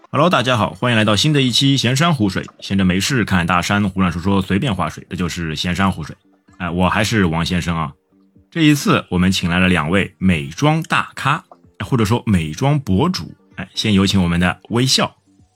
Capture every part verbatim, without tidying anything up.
Hello， 大家好，欢迎来到新的一期闲山湖水。闲着没事看大山，胡乱说说，随便划水，这就是闲山湖水。哎，我还是王先生啊。这一次我们请来了两位美妆大咖，或者说美妆博主。哎，先有请我们的微笑。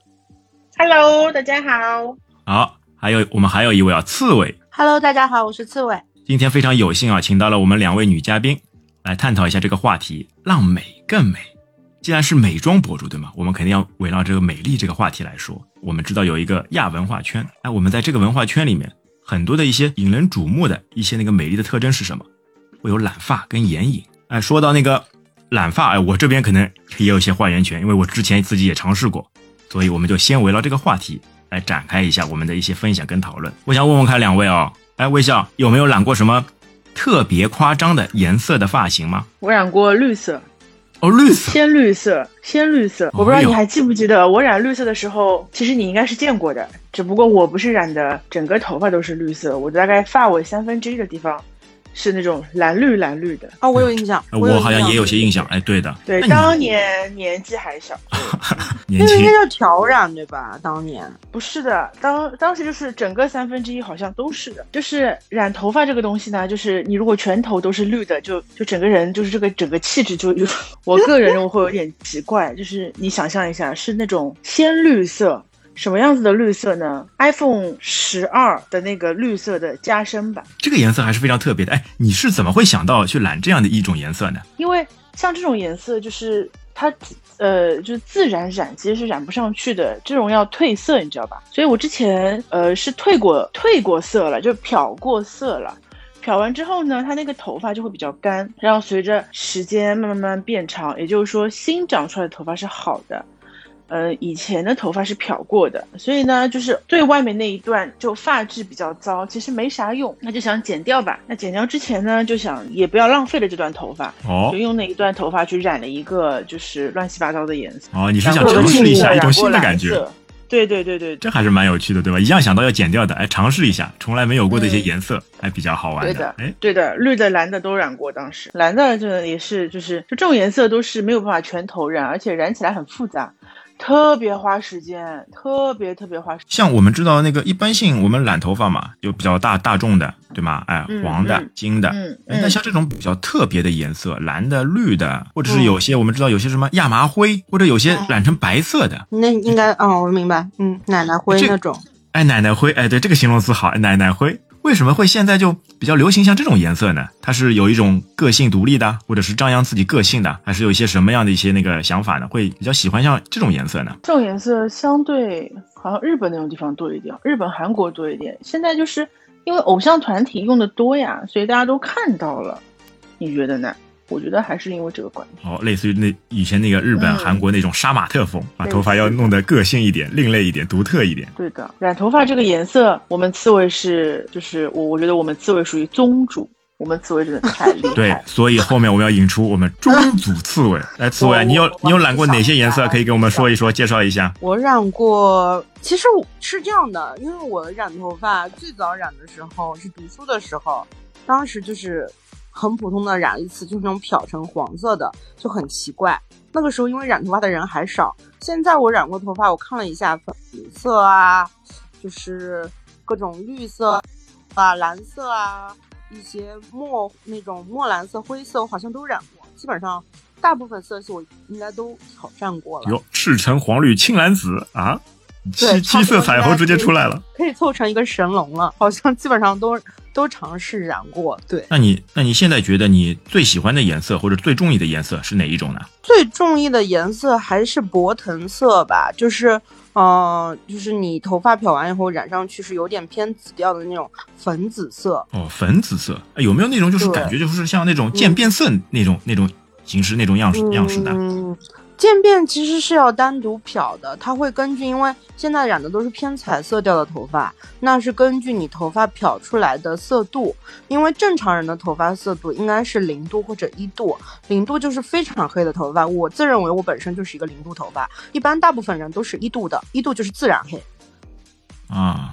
Hello， 大家好。 好，还有我们还有一位啊，刺猬。 Hello， 大家好，我是刺猬。 今天非常有幸啊，请到了我们两位女嘉宾来探讨一下这个话题，让美更美。既然是美妆博主对吗，我们肯定要围绕这个美丽这个话题来说。我们知道有一个亚文化圈，哎，我们在这个文化圈里面很多的一些引人瞩目的一些那个美丽的特征是什么？会有染发跟眼影。哎，说到那个染发，哎，我这边可能也有一些话语权，因为我之前自己也尝试过，所以我们就先围绕这个话题来展开一下我们的一些分享跟讨论。我想问问看两位哦，哎，微笑有没有染过什么特别夸张的颜色的发型吗？ 我染过绿色。 哦，绿色， 鲜绿色，鲜绿色。我不知道你还记不记得，我染绿色的时候，其实你应该是见过的，只不过我不是染的整个头发都是绿色，我大概发尾三分之一的地方是那种蓝绿蓝绿的。 哦，我有印象， 我好像也有些印象。哎，对的， 对，当年年纪还小， 年轻， 那应该叫挑染对吧？当年不是的，当当时就是整个三分之一好像都是的。就是染头发这个东西呢，就是你如果全头都是绿的，就就整个人就是这个整个气质就有，我个人认为会有点奇怪。就是你想象一下，是那种鲜绿色。什么样子的绿色呢？ iPhone 十二的那个绿色的加深版， 这个颜色还是非常特别的。哎，你是怎么会想到去染这样的一种颜色呢？ 因为像这种颜色就是它呃就是自然染其实是染不上去的，这种要褪色你知道吧，所以我之前呃是褪过褪过色了，就漂过色了。漂完之后呢，它那个头发就会比较干，然后随着时间慢慢慢慢变长，也就是说新长出来的头发是好的。呃，以前的头发是漂过的，所以呢，就是最外面那一段就发质比较糟，其实没啥用，那就想剪掉吧。那剪掉之前呢，就想也不要浪费了这段头发，哦，就用那一段头发去染了一个就是乱七八糟的颜色。 哦，你是想尝试一下一种新的感觉？ 对对对对， 这还是蛮有趣的，对吧？一样想到要剪掉的，哎，尝试一下从来没有过的一些颜色，还、嗯、比较好玩的。 对的，哎，对的，绿的、蓝的都染过，当时蓝的这也是，就是就这种颜色都是没有办法全头染，而且染起来很复杂。特别花时间，特别特别花时间。 像我们知道那个一般性我们染头发嘛，就比较大大众的，对吗？哎，黄的、嗯、金的。嗯。哎，那像这种比较特别的颜色，蓝的、绿的，或者是有些、嗯、我们知道有些什么亚麻灰，或者有些染成白色的。 那应该哦，我明白，嗯，奶奶灰那种。 哎，奶奶灰，哎，对，这个形容词好，奶奶灰。为什么会现在就比较流行像这种颜色呢？它是有一种个性独立的，或者是张扬自己个性的，还是有一些什么样的一些那个想法呢？会比较喜欢像这种颜色呢？ 这种颜色相对好像日本那种地方多一点，日本、韩国多一点。现在就是因为偶像团体用的多呀，所以大家都看到了。你觉得呢？我觉得还是因为这个关系。 哦，类似于那以前那个日本、嗯、韩国那种杀马特风，把头发要弄得个性一点、另类一点、独特一点。 对的，染头发这个颜色，我们刺猬是，就是我我觉得我们刺猬属于宗主，我们刺猬真的太厉害。 对，所以后面我们要引出我们中祖刺猬。来，刺猬，你有你有染过哪些颜色？可以给我们说一说，介绍一下。 我染过，其实是这样的，因为我染头发最早染的时候是读书的时候，当时就是。很普通的染一次，就是那种漂成黄色的，就很奇怪。那个时候因为染头发的人还少，现在我染过头发，我看了一下粉色啊，就是各种绿色啊、蓝色啊，一些墨那种墨蓝色、灰色，我好像都染过。基本上大部分色系我应该都挑战过了。 哟，赤橙黄绿青蓝紫啊！七七色彩虹直接出来了， 可以凑成一个神龙了，好像基本上都都尝试染过。对， 那你那你现在觉得你最喜欢的颜色或者最中意的颜色是哪一种呢？ 最中意的颜色还是博腾色吧，就是呃，就是你头发漂完以后染上去是有点偏紫调的那种粉紫色。 哦，粉紫色，有没有那种就是感觉就是像那种渐变色那种、嗯、那种形式那种样式、嗯、样式的？ 嗯。渐变其实是要单独漂的，它会根据，因为现在染的都是偏彩色调的头发，那是根据你头发漂出来的色度，因为正常人的头发色度应该是零度或者一度，零度就是非常黑的头发，我自认为我本身就是一个零度头发，一般大部分人都是一度的，一度就是自然黑。 啊，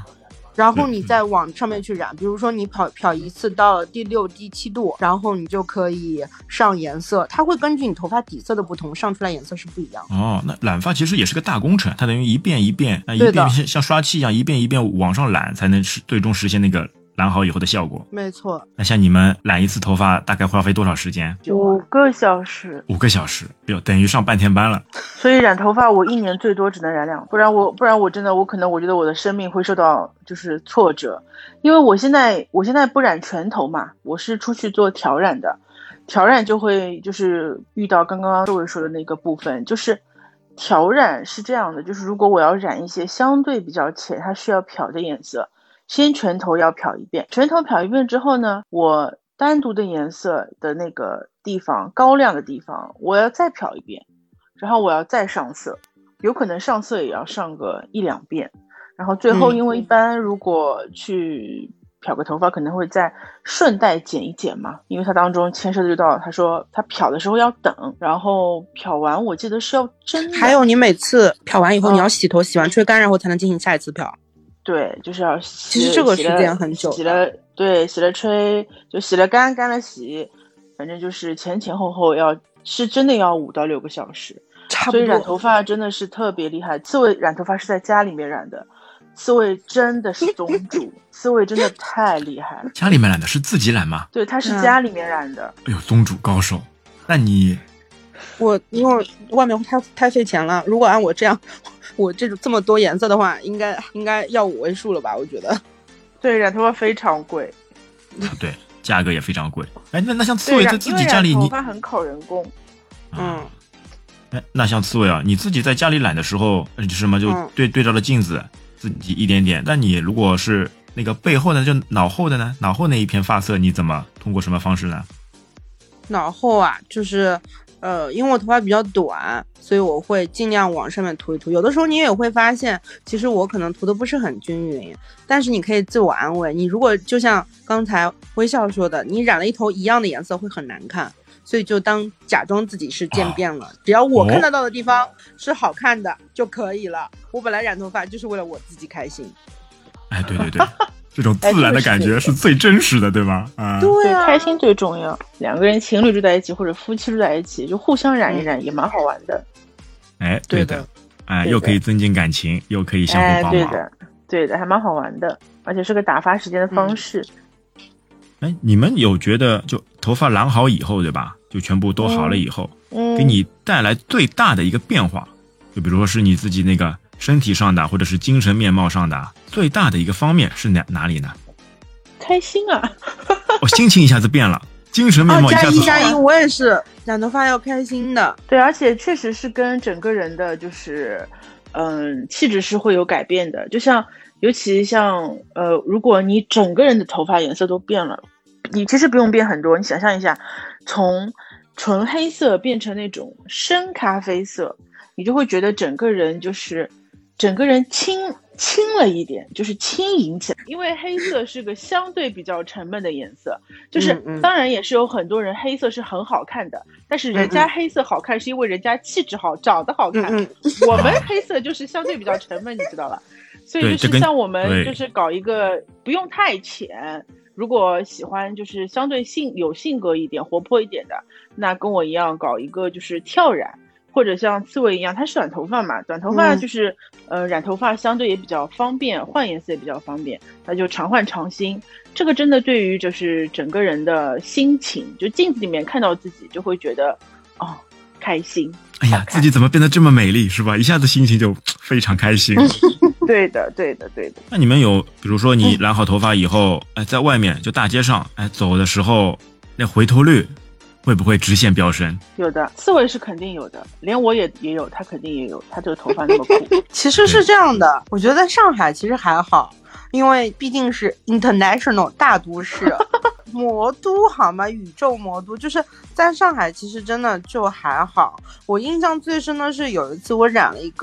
然后你再往上面去染，比如说你漂漂一次到第六、第七度，然后你就可以上颜色，它会根据你头发底色的不同，上出来颜色是不一样的。 哦，那染发其实也是个大工程，它等于一遍一遍，一遍像像刷漆一样，一遍一遍往上染，才能最终实现那个染好以后的效果。 没错。 那像你们染一次头发大概花费多少时间？ 五个小时。 五个小时，哟，等于上半天班了。 所以染头发我一年最多只能染两，不然我不然我真的我可能我觉得我的生命会受到就是挫折，因为我现在我现在不染全头嘛，我是出去做调染的，调染就会就是遇到刚刚周伟说的那个部分，就是调染是这样的，就是如果我要染一些相对比较浅，它需要漂的颜色。先全头要漂一遍，全头漂一遍之后呢，我单独的颜色的那个地方高亮的地方我要再漂一遍，然后我要再上色，有可能上色也要上个一两遍，然后最后因为一般如果去漂个头发可能会再顺带剪一剪嘛，因为它当中牵涉就到他说他漂的时候要等，然后漂完我记得是要蒸的， 还有你每次漂完以后、嗯、你要洗头，洗完吹干然后才能进行下一次漂。 对，就是要洗， 其实这个时间很久， 洗了对，洗了吹，就洗了干，干了洗，反正就是前前后后要是真的要五到六个小时， 差不多。 所以染头发真的是特别厉害。刺猬染头发是在家里面染的，刺猬真的是宗主，刺猬真的太厉害了。 家里面染的是自己染吗？ 对，他是家里面染的。 嗯、哎呦，宗主高手。那你， 我因为外面太太费钱了，如果按我这样。我这种这么多颜色的话，应该应该要五位数了吧？我觉得， 对，染头发非常贵， 对，价格也非常贵。哎，那那像刺猬在自己家里，你头发很考人工， 嗯， 哎，那像刺猬啊，你自己在家里染的时候，什么就对、嗯、对照了镜子，自己一点点。但你如果是那个背后的，就脑后的呢？脑后那一片发色，你怎么通过什么方式呢？ 脑后啊，就是。呃，因为我头发比较短，所以我会尽量往上面涂一涂。有的时候你也会发现，其实我可能涂的不是很均匀，但是你可以自我安慰。你如果就像刚才微笑说的，你染了一头一样的颜色会很难看，所以就当假装自己是渐变了。哦、只要我看得到的地方是好看的就可以了。我本来染头发就是为了我自己开心。 哎，对对对。这种自然的感觉是最真实的，对吗？啊， 对啊， 开心最重要。两个人情侣住在一起或者夫妻住在一起，就互相染一染，也蛮好玩的。 哎，对的，哎，又可以增进感情，又可以相互帮忙。 哎，对的，对的，还蛮好玩的，而且是个打发时间的方式。 哎、嗯，你们有觉得就头发染好以后，对吧？就全部都好了以后， 嗯， 给你带来最大的一个变化，就比如说是你自己那个。身体上的或者是精神面貌上的最大的一个方面是哪哪里呢？ 开心啊！ 我、哦、心情一下子变了，精神面貌一下子好了。 加一加一，我也是染头发要开心的。 对，而且确实是跟整个人的就是嗯气质是会有改变的。就像尤其像呃，如果你整个人的头发颜色都变了，你其实不用变很多，你想象一下，从纯黑色变成那种深咖啡色。你就会觉得整个人就是整个人轻轻了一点，就是轻盈起来。因为黑色是个相对比较沉闷的颜色，就是嗯嗯当然也是有很多人黑色是很好看的，但是人家黑色好看是因为人家气质好，长得好看。 嗯嗯我们黑色就是相对比较沉闷，你知道吧？所以就是像我们就是搞一个不用太浅，如果喜欢就是相对性有性格一点、活泼一点的，那跟我一样搞一个就是跳染。或者像刺猬一样，它是短头发嘛，短头发就是、嗯、呃染头发相对也比较方便，换颜色也比较方便，那就常换常新。这个真的对于就是整个人的心情，就镜子里面看到自己就会觉得哦开心。 哎呀，自己怎么变得这么美丽，是吧？一下子心情就非常开心。 对的，对的，对的。 那你们有比如说你染好头发以后，哎，在外面就大街上，哎，走的时候那回头率会不会直线飙升？ 有的，刺猬是肯定有的，连我也也有，他肯定也有，他这个头发那么酷。 其实是这样的，我觉得在上海其实还好，因为毕竟是 international 大都市，魔都好吗？宇宙魔都，就是在上海其实真的就还好。我印象最深的是有一次我染了一个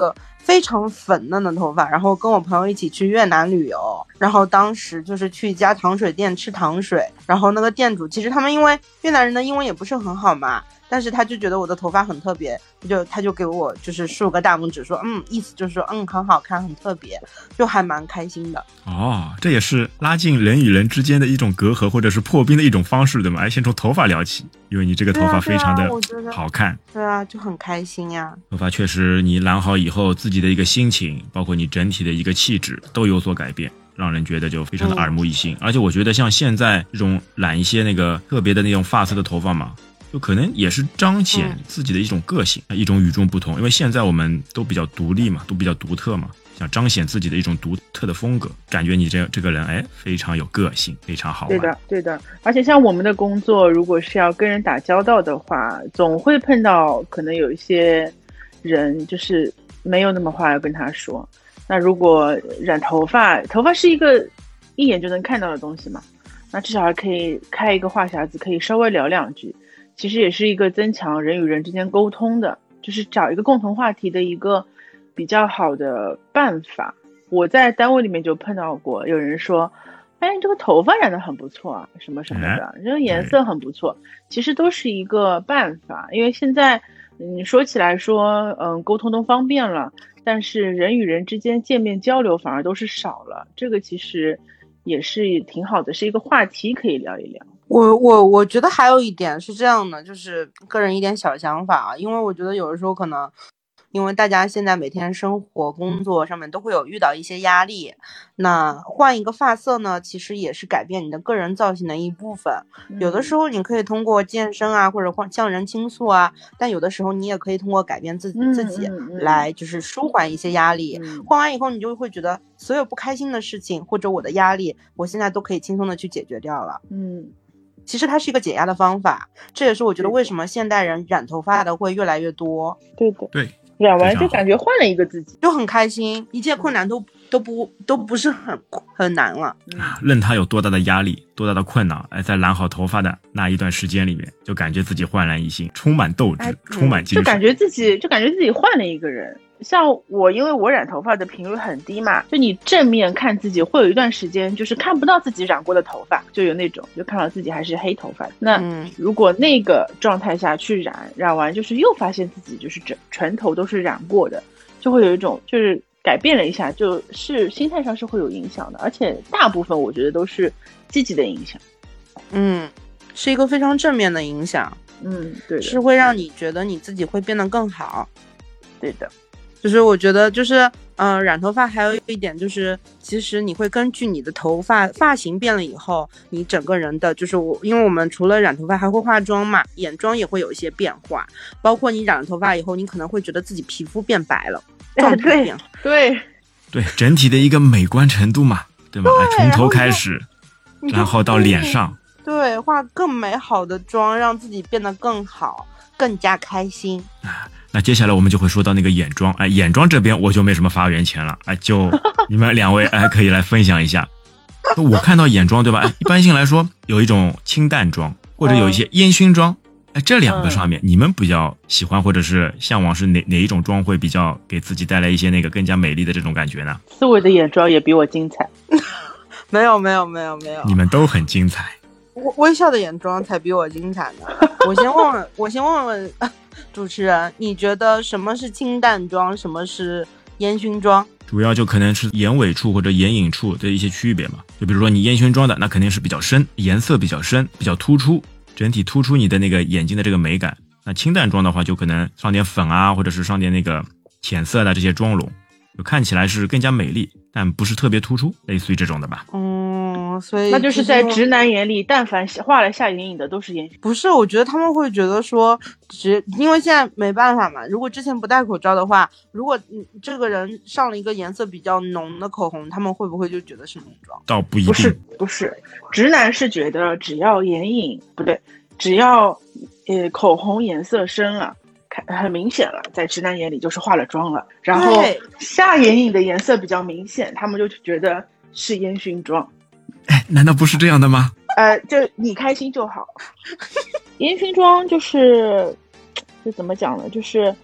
非常粉嫩的头发，然后跟我朋友一起去越南旅游，然后当时就是去一家糖水店吃糖水，然后那个店主其实他们因为越南人的英文也不是很好嘛，但是他就觉得我的头发很特别，就他就给我就是竖个大拇指说嗯，意思就是说嗯很好看很特别，就还蛮开心的。 哦，这也是拉近人与人之间的一种隔阂或者是破冰的一种方式，对吗？哎，先从头发聊起，因为你这个头发非常的好看。 对啊，对啊，对啊，就很开心呀。 头发确实你染好以后自己的一个心情包括你整体的一个气质都有所改变，让人觉得就非常的耳目一新、嗯、而且我觉得像现在这种染一些那个特别的那种发色的头发嘛，就可能也是彰显自己的一种个性、嗯、一种与众不同，因为现在我们都比较独立嘛，都比较独特嘛，想彰显自己的一种独特的风格，感觉你这这个人哎非常有个性，非常好玩。 对的对的，而且像我们的工作如果是要跟人打交道的话，总会碰到可能有一些人就是没有那么话要跟他说，那如果染头发，头发是一个一眼就能看到的东西嘛，那至少还可以开一个话匣子，可以稍微聊两句，其实也是一个增强人与人之间沟通的，就是找一个共同话题的一个比较好的办法。我在单位里面就碰到过有人说，哎，你这个头发染得很不错啊，什么什么的，这个颜色很不错，其实都是一个办法。因为现在你说起来说嗯，沟通都方便了，但是人与人之间见面交流反而都是少了，这个其实也是挺好的，是一个话题可以聊一聊。 我我我觉得还有一点是这样的，就是个人一点小想法啊，因为我觉得有的时候可能因为大家现在每天生活工作上面都会有遇到一些压力，那换一个发色呢其实也是改变你的个人造型的一部分、嗯、有的时候你可以通过健身啊或者向人倾诉啊，但有的时候你也可以通过改变自己、嗯、自己来就是舒缓一些压力、嗯、换完以后你就会觉得所有不开心的事情或者我的压力我现在都可以轻松的去解决掉了。嗯，其实它是一个解压的方法，这也是我觉得为什么现代人染头发的会越来越多。 对的， 对， 染完就感觉换了一个自己， 就很开心，一切困难都都不都不是很很难了、 啊、任他有多大的压力多大的困难，哎，在染好头发的那一段时间里面就感觉自己焕然一新，充满斗志、哎、充满精神， 就感觉自己就感觉自己换了一个人。像我因为我染头发的频率很低嘛，就你正面看自己会有一段时间就是看不到自己染过的头发，就有那种就看到自己还是黑头发。那如果那个状态下去染，染完就是又发现自己就是整全头都是染过的，就会有一种就是改变了一下，就是心态上是会有影响的，而且大部分我觉得都是积极的影响。 嗯，是一个非常正面的影响。 嗯，对的， 是会让你觉得你自己会变得更好。 对的， 就是我觉得就是嗯、呃，染头发还有一点就是其实你会根据你的头发发型变了以后，你整个人的就是我因为我们除了染头发还会化妆嘛，眼妆也会有一些变化，包括你染了头发以后你可能会觉得自己皮肤变白了，状态变好。 对对对，整体的一个美观程度嘛，对吧？对，从头开始然后到脸上， 对，化更美好的妆让自己变得更好更加开心。 那接下来我们就会说到那个眼妆，哎，眼妆这边我就没什么发言权了，哎，就你们两位哎可以来分享一下。我看到眼妆对吧？哎，一般性来说有一种清淡妆或者有一些烟熏妆，哎，这两个上面、嗯、你们比较喜欢或者是向往是哪哪一种妆会比较给自己带来一些那个更加美丽的这种感觉呢？ 刺猬的眼妆也比我精彩。 没有没有没有没有， 你们都很精彩。 微笑的眼妆才比我精彩呢。我先问问，我先问问主持人，你觉得什么是清淡妆，什么是烟熏妆？ 主要就可能是眼尾处或者眼影处的一些区别嘛。就比如说你烟熏妆的，那肯定是比较深，颜色比较深，比较突出，整体突出你的那个眼睛的这个美感。那清淡妆的话，就可能上点粉啊，或者是上点那个浅色的这些妆容，就看起来是更加美丽，但不是特别突出，类似于这种的吧。 嗯，所以那就是在直男眼里，但凡画了下眼影的都是烟熏。 不是，我觉得他们会觉得说，只因为现在没办法嘛。如果之前不戴口罩的话，如果这个人上了一个颜色比较浓的口红，他们会不会就觉得是浓妆？ 倒不一定。 不是，不是，直男是觉得只要眼影不对，只要呃口红颜色深了。很明显了，在直男眼里就是化了妆了，然后下眼影的颜色比较明显，他们就觉得是烟熏妆。 哎，难道不是这样的吗？ 呃，就你开心就好。烟熏妆就是就怎么讲呢？就是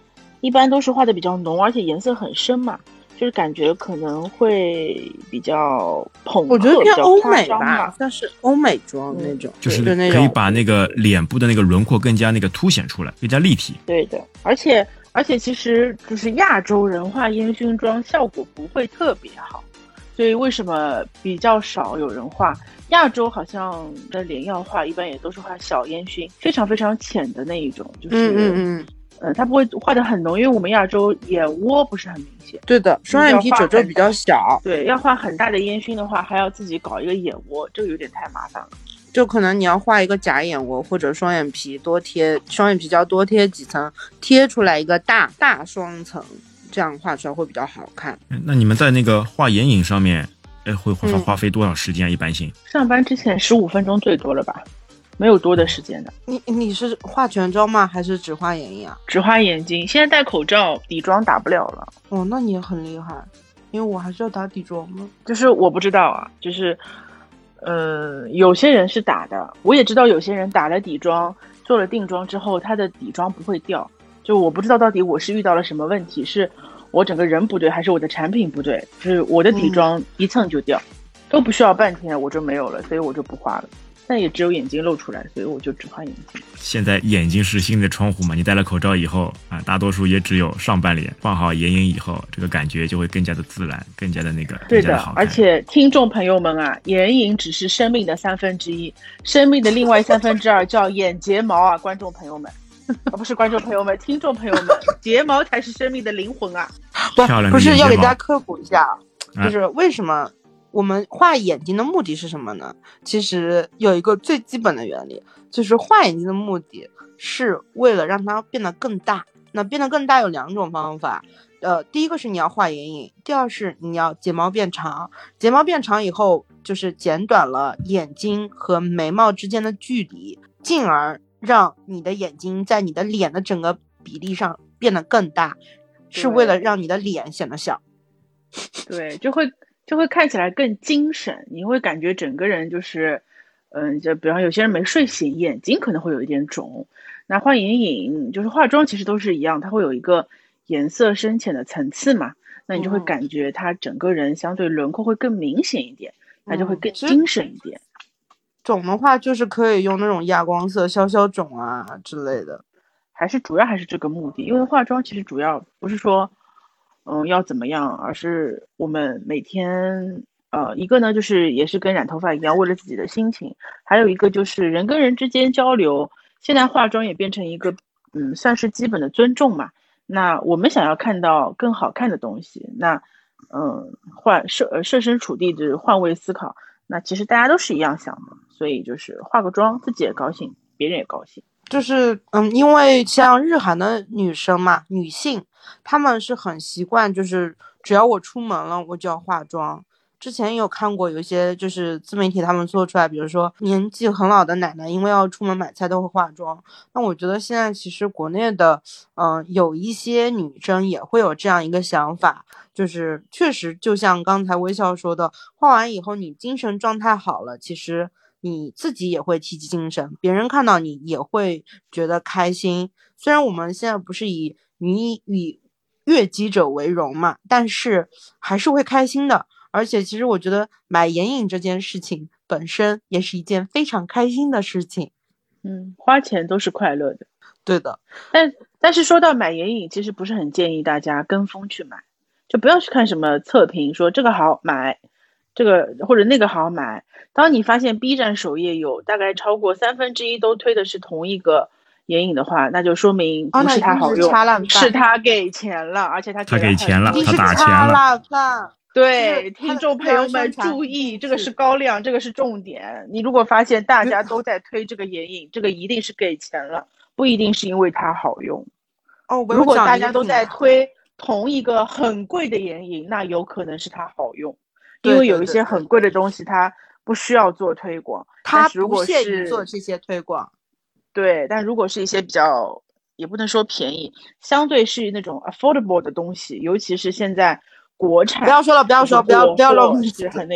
一般都是画的比较浓，而且颜色很深嘛，就是感觉可能会比较朋克， 我觉得偏欧美吧， 像是欧美妆那种， 就是可以把那个脸部的那个轮廓更加那个凸显出来，更加立体。 对的，而且而且其实就是亚洲人画烟熏妆效果不会特别好，所以为什么比较少有人画？亚洲好像的脸要画，一般也都是画小烟熏，非常非常浅的那一种，就是嗯嗯嗯。 呃，它不会画得很浓，因为我们亚洲眼窝不是很明显。 对的，双眼皮褶皱比较小。 对，要画很大的烟熏的话，还要自己搞一个眼窝，这个有点太麻烦了。 就可能你要画一个假眼窝，或者双眼皮多贴，双眼皮就要多贴几层，贴出来一个大大双层，这样画出来会比较好看。 那你们在那个画眼影上面，哎，会花花费多少时间？一般性？ 上班之前十五分钟最多了吧？没有多的时间的。 你你是画全妆吗？还是只画眼影啊？ 只画眼睛，现在戴口罩，底妆打不了了。 哦，那你也很厉害，因为我还是要打底妆的。 就是我不知道啊，就是，呃，有些人是打的，我也知道有些人打了底妆，做了定妆之后，他的底妆不会掉。就我不知道到底我是遇到了什么问题，是我整个人不对，还是我的产品不对？就是我的底妆一蹭就掉，嗯、都不需要半天我就没有了，所以我就不画了。但也只有眼睛露出来，所以我就只画眼睛。 现在眼睛是新的窗户嘛，你戴了口罩以后啊，大多数也只有上半脸，画好眼影以后，这个感觉就会更加的自然，更加的那个， 对的， 更加的好看。 而且听众朋友们啊，眼影只是生命的三分之一，生命的另外三分之二叫眼睫毛啊，观众朋友们，啊不是观众朋友们，听众朋友们，睫毛才是生命的灵魂啊！ 不，不是要给大家科普一下，就是为什么？我们画眼睛的目的是什么呢？其实有一个最基本的原理，就是画眼睛的目的是为了让它变得更大。那变得更大有两种方法，呃，第一个是你要画眼影，第二是你要睫毛变长。睫毛变长以后，就是减短了眼睛和眉毛之间的距离，进而让你的眼睛在你的脸的整个比例上变得更大，是为了让你的脸显得小。 对，就会。就会看起来更精神，你会感觉整个人就是，嗯，就比方有些人没睡醒，眼睛可能会有一点肿。那画眼影就是化妆，其实都是一样，它会有一个颜色深浅的层次嘛，那你就会感觉他整个人相对轮廓会更明显一点，他就会更精神一点。 肿的话就是可以用那种亚光色消消肿啊之类的， 还是主要还是这个目的，因为化妆其实主要不是说。嗯，要怎么样？而是我们每天，呃，一个呢，就是也是跟染头发一样，为了自己的心情；还有一个就是人跟人之间交流。现在化妆也变成一个，嗯，算是基本的尊重嘛。那我们想要看到更好看的东西，那，嗯，换设设身处地的换位思考，那其实大家都是一样想的，所以就是化个妆，自己也高兴，别人也高兴。 就是嗯，因为像日韩的女生嘛，女性。他们是很习惯，就是只要我出门了，我就要化妆。之前有看过有一些就是自媒体他们做出来，比如说年纪很老的奶奶，因为要出门买菜都会化妆。那我觉得现在其实国内的，嗯、呃，有一些女生也会有这样一个想法，就是确实就像刚才微笑说的，化完以后你精神状态好了，其实你自己也会提起精神，别人看到你也会觉得开心。虽然我们现在不是以以以悦己者为荣嘛，但是还是会开心的。而且其实我觉得买眼影这件事情本身也是一件非常开心的事情。 嗯，花钱都是快乐的。 对的。 但但是说到买眼影，其实不是很建议大家跟风去买，就不要去看什么测评说这个好买，这个或者那个好买。当你发现 B 站首页有大概超过三分之一都推的是同一个眼影的话，那就说明不是它好用， 哦、 是他给钱了，而且他他给钱了，他打钱了。 对，听众朋友们注意，这个是高亮，这个是重点。你如果发现大家都在推这个眼影，这个一定是给钱了，不一定是因为它好用。 哦， 如果大家都在推同一个很贵的眼影，那有可能是它好用，因为有一些很贵的东西它不需要做推广， 它不屑于做这些推广。 对，但如果是一些比较，也不能说便宜，相对是那种 affordable 的东西，尤其是现在国产， 不要说了，不要说，不要不要了， 是很那个。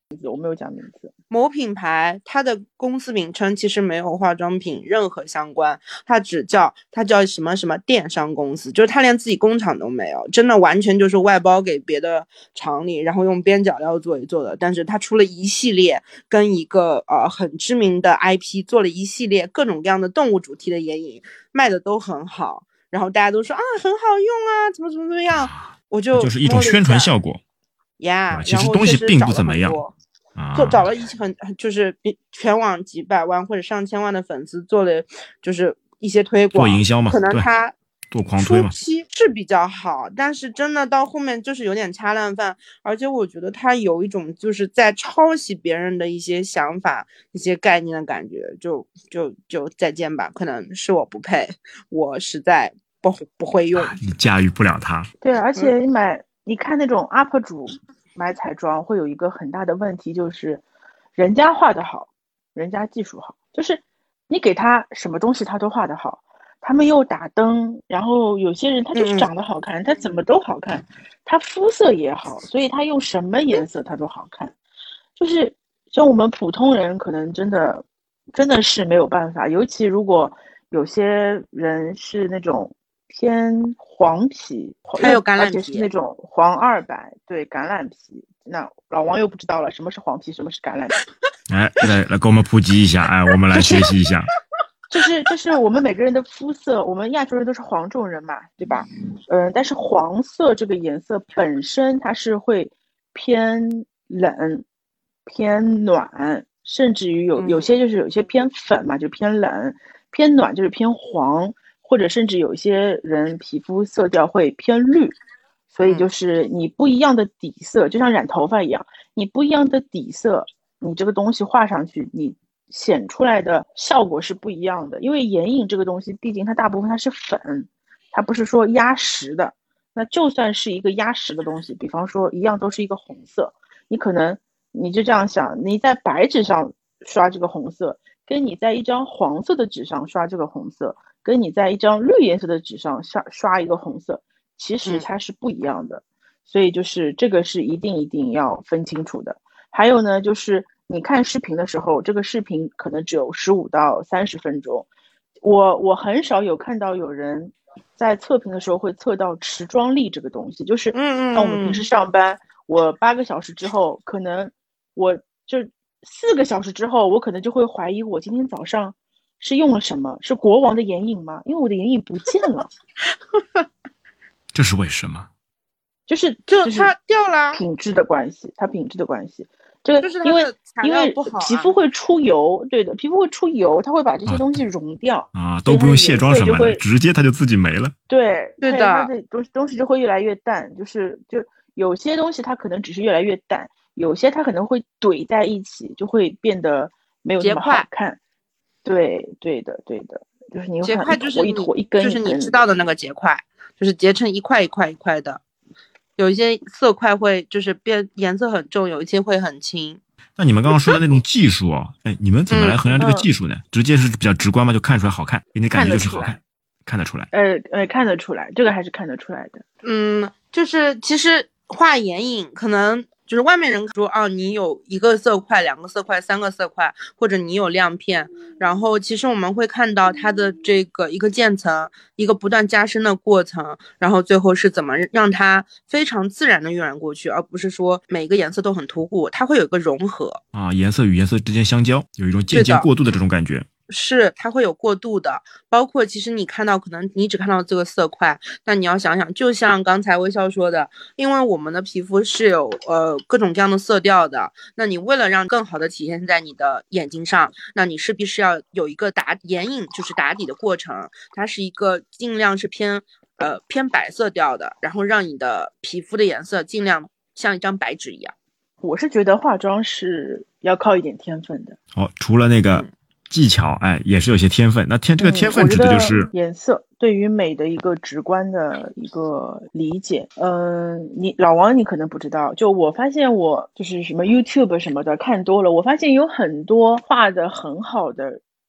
我没有讲名字。 某品牌它的公司名称其实没有化妆品任何相关，它只叫它叫什么什么电商公司，就是它连自己工厂都没有，真的完全就是外包给别的厂里，然后用边角料做一做的。但是它出了一系列跟一个呃很知名的 I P 做了一系列各种各样的动物主题的眼影，卖的都很好，然后大家都说啊很好用啊，怎么怎么怎么样，我就就是一种宣传效果呀。 其实东西并不怎么样。 做找了一很就是全网几百万或者上千万的粉丝做了就是一些推广做营销嘛， 可能他做狂推嘛， 初期是比较好，但是真的到后面就是有点掐烂饭，而且我觉得他有一种就是在抄袭别人的一些想法一些概念的感觉，就就就再见吧，可能是我不配，我实在不不会用， 你驾驭不了他。 对，而且你买、嗯、你看那种 U P 主买彩妆会有一个很大的问题，就是人家画的好，人家技术好，就是你给他什么东西他都画得好，他们又打灯，然后有些人他就是长得好看、嗯、他怎么都好看，他肤色也好，所以他用什么颜色他都好看，就是像我们普通人可能真的真的是没有办法，尤其如果有些人是那种偏黄皮， 还有橄榄皮， 而且是那种黄二白，对，橄榄皮。那老王又不知道了，什么是黄皮，什么是橄榄皮？ 哎，来来给我们普及一下，哎，我们来学习一下。 就是就是我们每个人的肤色，我们亚洲人都是黄种人嘛，对吧？嗯、呃，但是黄色这个颜色本身它是会偏冷、偏暖，甚至于有有些就是有些偏粉嘛，就偏冷；偏暖就是偏黄。或者甚至有些人皮肤色调会偏绿，所以就是你不一样的底色，就像染头发一样，你不一样的底色，你这个东西画上去，你显出来的效果是不一样的。因为眼影这个东西，毕竟它大部分它是粉，它不是说压实的。那就算是一个压实的东西，比方说一样都是一个红色，你可能你就这样想，你在白纸上刷这个红色，跟你在一张黄色的纸上刷这个红色，跟你在一张绿颜色的纸上刷刷一个红色，其实它是不一样的、嗯、所以就是这个是一定一定要分清楚的。还有呢，就是你看视频的时候，这个视频可能只有十五到三十分钟，我我很少有看到有人在测评的时候会测到持妆力这个东西，就是像我们平时上班，我八个小时之后，可能我就四个小时之后，我可能就会怀疑我今天早上是用了什么？是国王的眼影吗？因为我的眼影不见了。 这是为什么？ 就是就它掉了， 品质的关系，它品质的关系。这个就是因为因为皮肤会出油，对的，皮肤会出油，它会把这些东西溶掉啊，都不用卸妆什么的，直接它就自己没了。 对， 对的， 它的东东西就会越来越淡，就是就有些东西它可能只是越来越淡，有些它可能会怼在一起，就会变得没有那么好看。对，对的，对的，就是你结块就是一坨一根， 就是你知道的那个结块，就是结成一块一块一块的。有一些色块会就是变颜色很重，有一些会很轻。 那你们刚刚说的那种技术哦，哎，你们怎么来衡量这个技术呢？嗯、直接是比较直观吗？就看出来好看，给你感觉就是好看，看得出来。 呃呃，看得出来，这个还是看得出来的。 嗯，就是其实画眼影可能。就是外面人说啊，你有一个色块、两个色块、三个色块，或者你有亮片，然后其实我们会看到它的这个一个渐层，一个不断加深的过程，然后最后是怎么让它非常自然的晕染过去，而不是说每个颜色都很突兀，它会有一个融合啊，颜色与颜色之间相交，有一种渐渐过渡的这种感觉。 是它会有过渡的，包括其实你看到可能你只看到这个色块，但你要想想，就像刚才微笑说的，因为我们的皮肤是有呃各种各样的色调的，那你为了让更好的体现在你的眼睛上，那你势必是要有一个打眼影就是打底的过程，它是一个尽量是偏呃偏白色调的，然后让你的皮肤的颜色尽量像一张白纸一样。 我是觉得化妆是要靠一点天分的。 哦，除了那个、嗯技巧，哎，也是有些天分。那天这个天分指的就是、 嗯、颜色对于美的一个直观的一个理解。嗯，你老王你可能不知道，就我发现我就是什么 YouTube 什么的看多了，我发现有很多画的很好的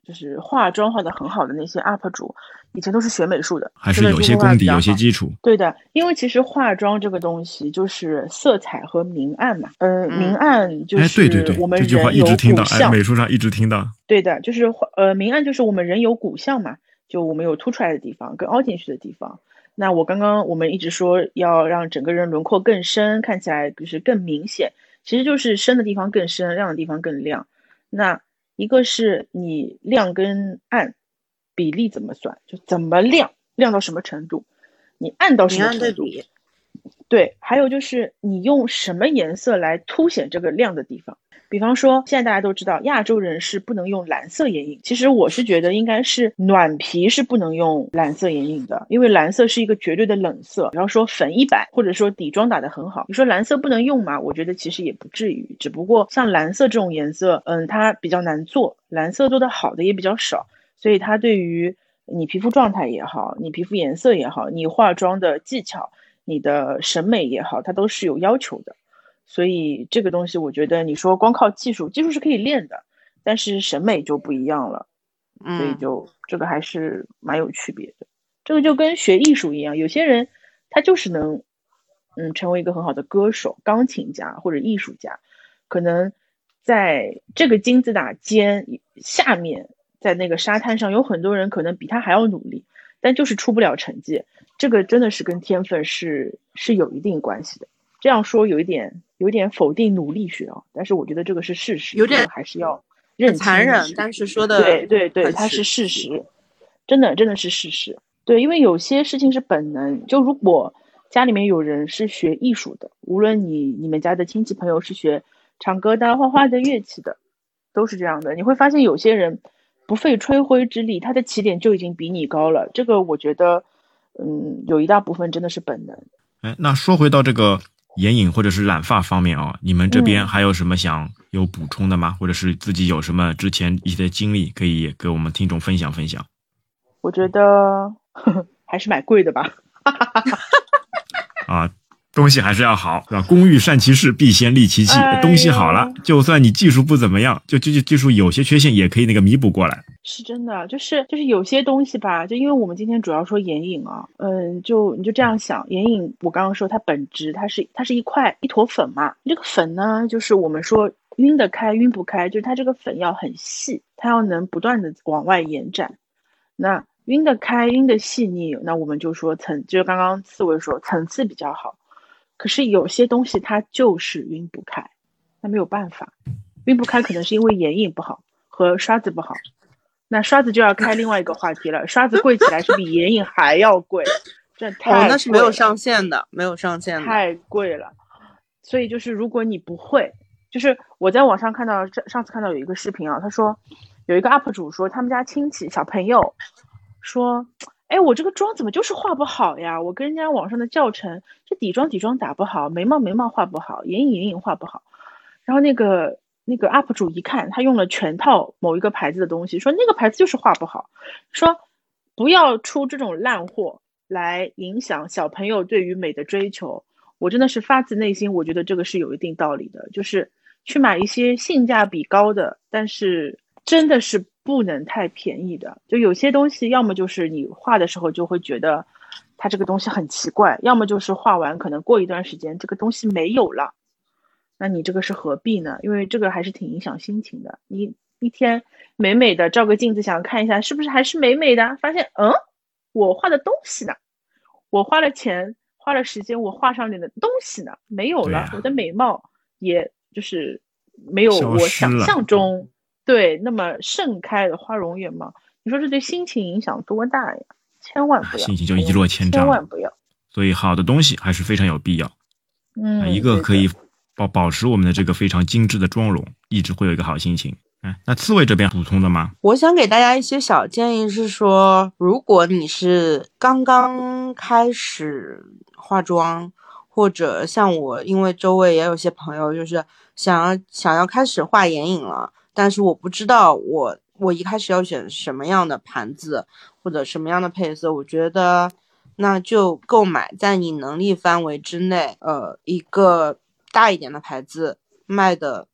就是化妆化的很好的那些 U P 主，以前都是学美术的， 还是有些功底，有些基础。 对的，因为其实化妆这个东西就是色彩和明暗嘛。呃，明暗就是我们人有骨相。 这句话一直听到，哎，美术上一直听到。 对的，就是呃，明暗就是我们人有骨相嘛，就我们有凸出来的地方跟凹进去的地方。那我刚刚我们一直说要让整个人轮廓更深，看起来就是更明显，其实就是深的地方更深，亮的地方更亮。那一个是你亮跟暗比例怎么算，就怎么亮，亮到什么程度，你暗到什么程度。对，还有就是你用什么颜色来凸显这个亮的地方。比方说现在大家都知道亚洲人是不能用蓝色眼影，其实我是觉得应该是暖皮是不能用蓝色眼影的，因为蓝色是一个绝对的冷色。然后说粉一百或者说底妆打得很好，你说蓝色不能用吗？我觉得其实也不至于，只不过像蓝色这种颜色嗯，它比较难做，蓝色做的好的也比较少，所以它对于你皮肤状态也好，你皮肤颜色也好，你化妆的技巧，你的审美也好，它都是有要求的。所以这个东西我觉得你说光靠技术，技术是可以练的，但是审美就不一样了。所以就这个还是蛮有区别的。这个就跟学艺术一样，有些人他就是能嗯成为一个很好的歌手、钢琴家或者艺术家，可能在这个金字塔尖下面，在那个沙滩上有很多人可能比他还要努力，但就是出不了成绩。这个真的是跟天分是是有一定关系的。这样说有一点有一点否定努力学啊，但是我觉得这个是事实， 有点还是要认清。 残忍，但是说的对对对，它是事实，真的真的是事实。对，因为有些事情是本能，就如果家里面有人是学艺术的，无论你你们家的亲戚朋友是学唱歌的、画画的、乐器的，都是这样的。你会发现有些人不费吹灰之力，他的起点就已经比你高了。这个我觉得，嗯，有一大部分真的是本能。 哎，那说回到这个眼影或者是染发方面啊，你们这边还有什么想有补充的吗？嗯、或者是自己有什么之前一些经历可以给我们听众分享分享？ 我觉得呵呵还是买贵的吧。 啊，东西还是要好，是吧？工欲善其事，必先利其器。哎、东西好了，就算你技术不怎么样，就就就技术有些缺陷也可以那个弥补过来。 是真的，就是就是有些东西吧，就因为我们今天主要说眼影啊，嗯，就你就这样想，眼影我刚刚说它本质它是它是一块一坨粉嘛，这个粉呢，就是我们说晕得开晕不开，就是它这个粉要很细，它要能不断的往外延展。那晕得开晕得细腻，那我们就说层，就是刚刚刺猬说层次比较好。可是有些东西它就是晕不开，那没有办法，晕不开可能是因为眼影不好和刷子不好。那刷子就要开另外一个话题了，刷子贵起来是比眼影还要贵，这太贵了。 哦，那是没有上限的，没有上限的， 太贵了。所以就是如果你不会，就是我在网上看到，上次看到有一个视频啊，他说有一个 U P 主说他们家亲戚小朋友说，哎，我这个妆怎么就是画不好呀？我跟人家网上的教程，这底妆底妆打不好，眉毛眉毛画不好，眼影眼影画不好。然后那个那个 U P 主一看，他用了全套某一个牌子的东西，说那个牌子就是画不好，说不要出这种烂货来影响小朋友对于美的追求。我真的是发自内心，我觉得这个是有一定道理的，就是去买一些性价比高的，但是真的是不能太便宜的。就有些东西要么就是你画的时候就会觉得它这个东西很奇怪，要么就是画完可能过一段时间这个东西没有了，那你这个是何必呢？因为这个还是挺影响心情的。你一天美美的照个镜子想看一下是不是还是美美的，发现嗯我画的东西呢，我花了钱花了时间我画上脸的东西呢没有了、啊、我的美貌也就是没有我想象中对那么盛开的花容月貌。你说这对心情影响多大呀？千万不要， 心情就一落千丈， 千万不要。 所以好的东西还是非常有必要。 嗯， 一个可以保保持我们的这个非常精致的妆容，一直会有一个好心情。哎，那刺猬这边补充的吗？ 我想给大家一些小建议，是说，如果你是刚刚开始化妆，或者像我，因为周围也有些朋友就是想要想要开始画眼影了，但是我不知道我我一开始要选什么样的盘子或者什么样的配色，我觉得那就购买在你能力范围之内，呃，一个大一点的牌子卖的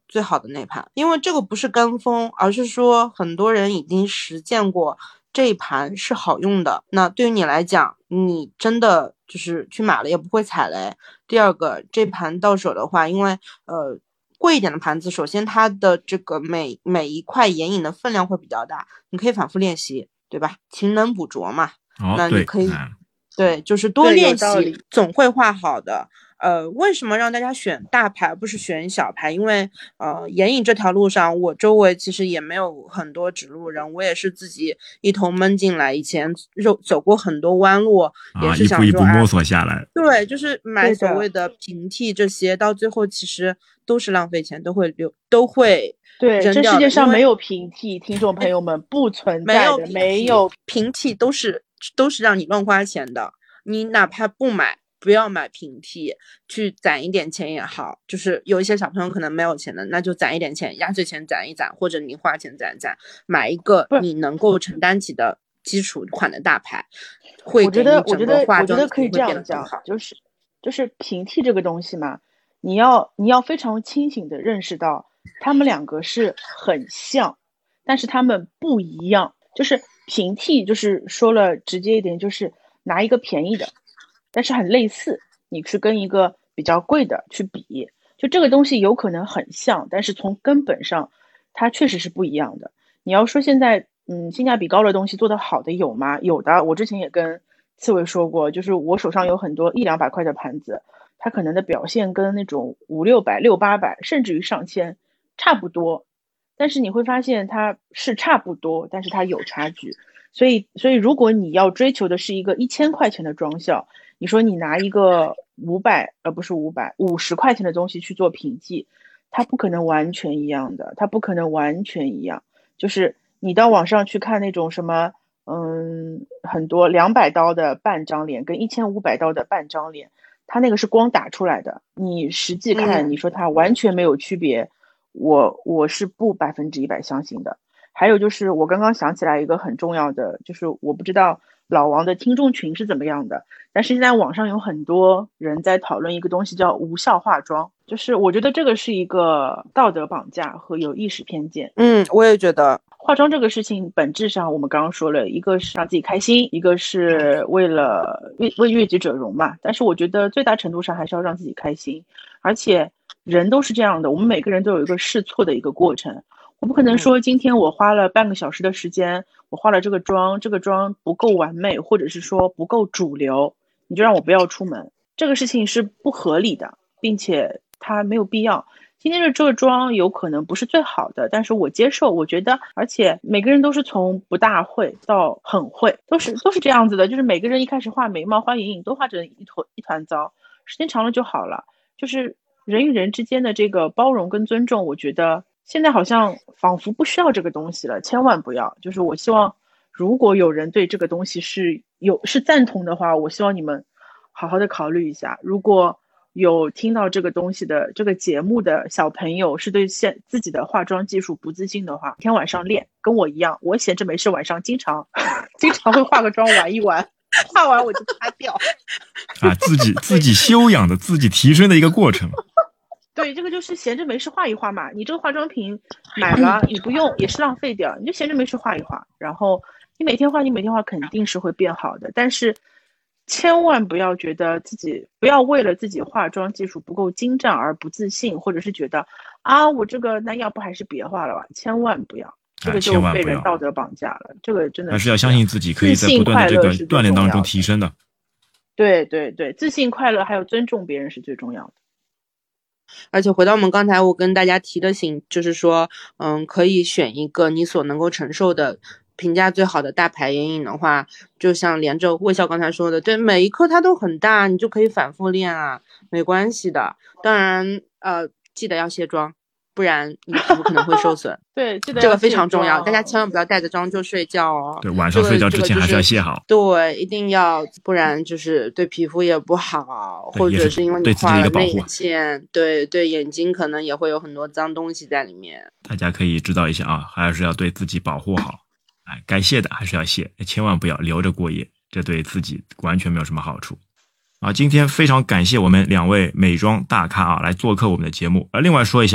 最好的那盘，因为这个不是跟风，而是说很多人已经实践过这一盘是好用的。那对于你来讲，你真的就是去买了也不会踩雷。第二个，这盘到手的话，因为呃贵一点的盘子，首先它的这个每每一块眼影的分量会比较大，你可以反复练习，对吧？勤能补拙嘛。 哦， 那你可以、 嗯、 对，就是多练习，总会画好的。呃，为什么让大家选大牌而不是选小牌？因为呃，眼影这条路上，我周围其实也没有很多指路人，我也是自己一头闷进来，以前走走过很多弯路，啊、也是想说一步一步摸索下来。 对，就是买所谓的平替这些，到最后其实都是浪费钱，都会留，都会对， 扔掉的。 这世界上没有平替，听众朋友们不存在的，没有平替，都是都是让你乱花钱的。你哪怕不买。不要买平替，去攒一点钱也好，就是有一些小朋友可能没有钱的，那就攒一点钱，压岁钱攒一攒，或者零花钱攒一攒，买一个你能够承担起的基础款的大牌，会我觉得我觉得我觉得可以这样讲，就是就是平替这个东西嘛，你要你要非常清醒的认识到，他们两个是很像，但是他们不一样。就是平替，就是说了直接一点，就是拿一个便宜的。但是很类似，你去跟一个比较贵的去比，就这个东西有可能很像，但是从根本上它确实是不一样的。你要说现在嗯性价比高的东西做得好的有吗？有的，我之前也跟刺猬说过，就是我手上有很多一两百块的盘子，它可能的表现跟那种五六百六八百甚至于上千差不多，但是你会发现它是差不多，但是它有差距。所以所以如果你要追求的是一个一千块钱的妆效，你说你拿一个五百呃不是五百五十块钱的东西去做平替，它不可能完全一样的，它不可能完全一样。就是你到网上去看那种什么嗯很多两百刀的半张脸跟一千五百刀的半张脸，它那个是光打出来的，你实际看你说它完全没有区别，嗯、我我是不百分之一百相信的。还有就是我刚刚想起来一个很重要的，就是我不知道老王的听众群是怎么样的，但是现在网上有很多人在讨论一个东西叫无效化妆，就是我觉得这个是一个道德绑架和有意识偏见。 嗯，我也觉得化妆这个事情本质上我们刚刚说了，一个是让自己开心，一个是为了为悦己者容嘛，但是我觉得最大程度上还是要让自己开心，而且人都是这样的，我们每个人都有一个试错的一个过程。我不可能说今天我花了半个小时的时间，我化了这个妆，这个妆不够完美，或者是说不够主流，你就让我不要出门，这个事情是不合理的，并且它没有必要。今天的这个妆有可能不是最好的，但是我接受，我觉得，而且每个人都是从不大会到很会，都是都是这样子的，就是每个人一开始画眉毛、画眼影都画成一团一团糟，时间长了就好了。就是人与人之间的这个包容跟尊重，我觉得现在好像仿佛不需要这个东西了，千万不要。就是我希望，如果有人对这个东西是有是赞同的话，我希望你们好好的考虑一下。如果有听到这个东西的这个节目的小朋友是对现自己的化妆技术不自信的话，天晚上练，跟我一样，我闲着没事晚上经常经常会化个妆玩一玩，化完我就擦掉。 啊，自己自己修养的、自己提升的一个过程。 对，这个就是闲着没事画一画嘛。你这个化妆品买了你不用也是浪费掉，你就闲着没事画一画，然后你每天画，你每天画肯定是会变好的。但是千万不要觉得自己不要为了自己化妆技术不够精湛而不自信，或者是觉得啊我这个那要不还是别画了吧，千万不要，这个就被人道德绑架了。这个真的还是要相信自己可以在不断的这个锻炼当中提升的。 对对对，自信快乐还有尊重别人是最重要的。 而且回到我们刚才我跟大家提的醒，就是说嗯，可以选一个你所能够承受的评价最好的大牌眼影的话，就像连着魏笑刚才说的，对，每一颗它都很大，你就可以反复练啊，没关系的。当然呃，记得要卸妆，不然你皮肤可能会受损。 对，记得这个非常重要，大家千万不要带着妆就睡觉哦。 对，晚上睡觉之前还是要卸好。 这个就是、对，一定要，不然就是对皮肤也不好，或者是因为你画了内线，对对，眼睛可能也会有很多脏东西在里面。 大家可以知道一下啊，还是要对自己保护好。哎，该卸的还是要卸，千万不要留着过夜，这对自己完全没有什么好处。啊，今天非常感谢我们两位美妆大咖啊来做客我们的节目。而另外说一下，我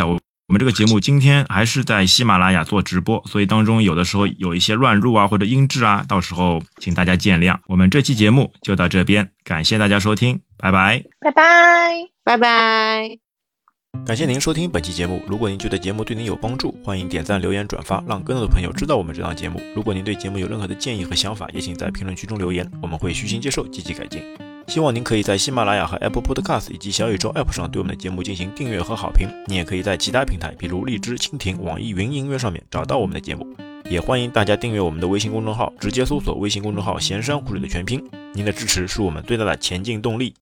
我们这个节目今天还是在喜马拉雅做直播，所以当中有的时候有一些乱入啊或者音质啊，到时候请大家见谅。我们这期节目就到这边，感谢大家收听，拜拜， 拜拜， 拜拜。 感谢您收听本期节目，如果您觉得节目对您有帮助，欢迎点赞、留言、转发，让更多的朋友知道我们这档节目。如果您对节目有任何的建议和想法，也请在评论区中留言，我们会虚心接受，积极改进。希望您可以在喜马拉雅和 Apple Podcast 以及小宇宙 App 上对我们的节目进行订阅和好评。你也可以在其他平台，比如荔枝、蜻蜓、网易云音乐上面找到我们的节目。也欢迎大家订阅我们的微信公众号，直接搜索微信公众号“闲山湖水”的全拼。您的支持是我们最大的前进动力。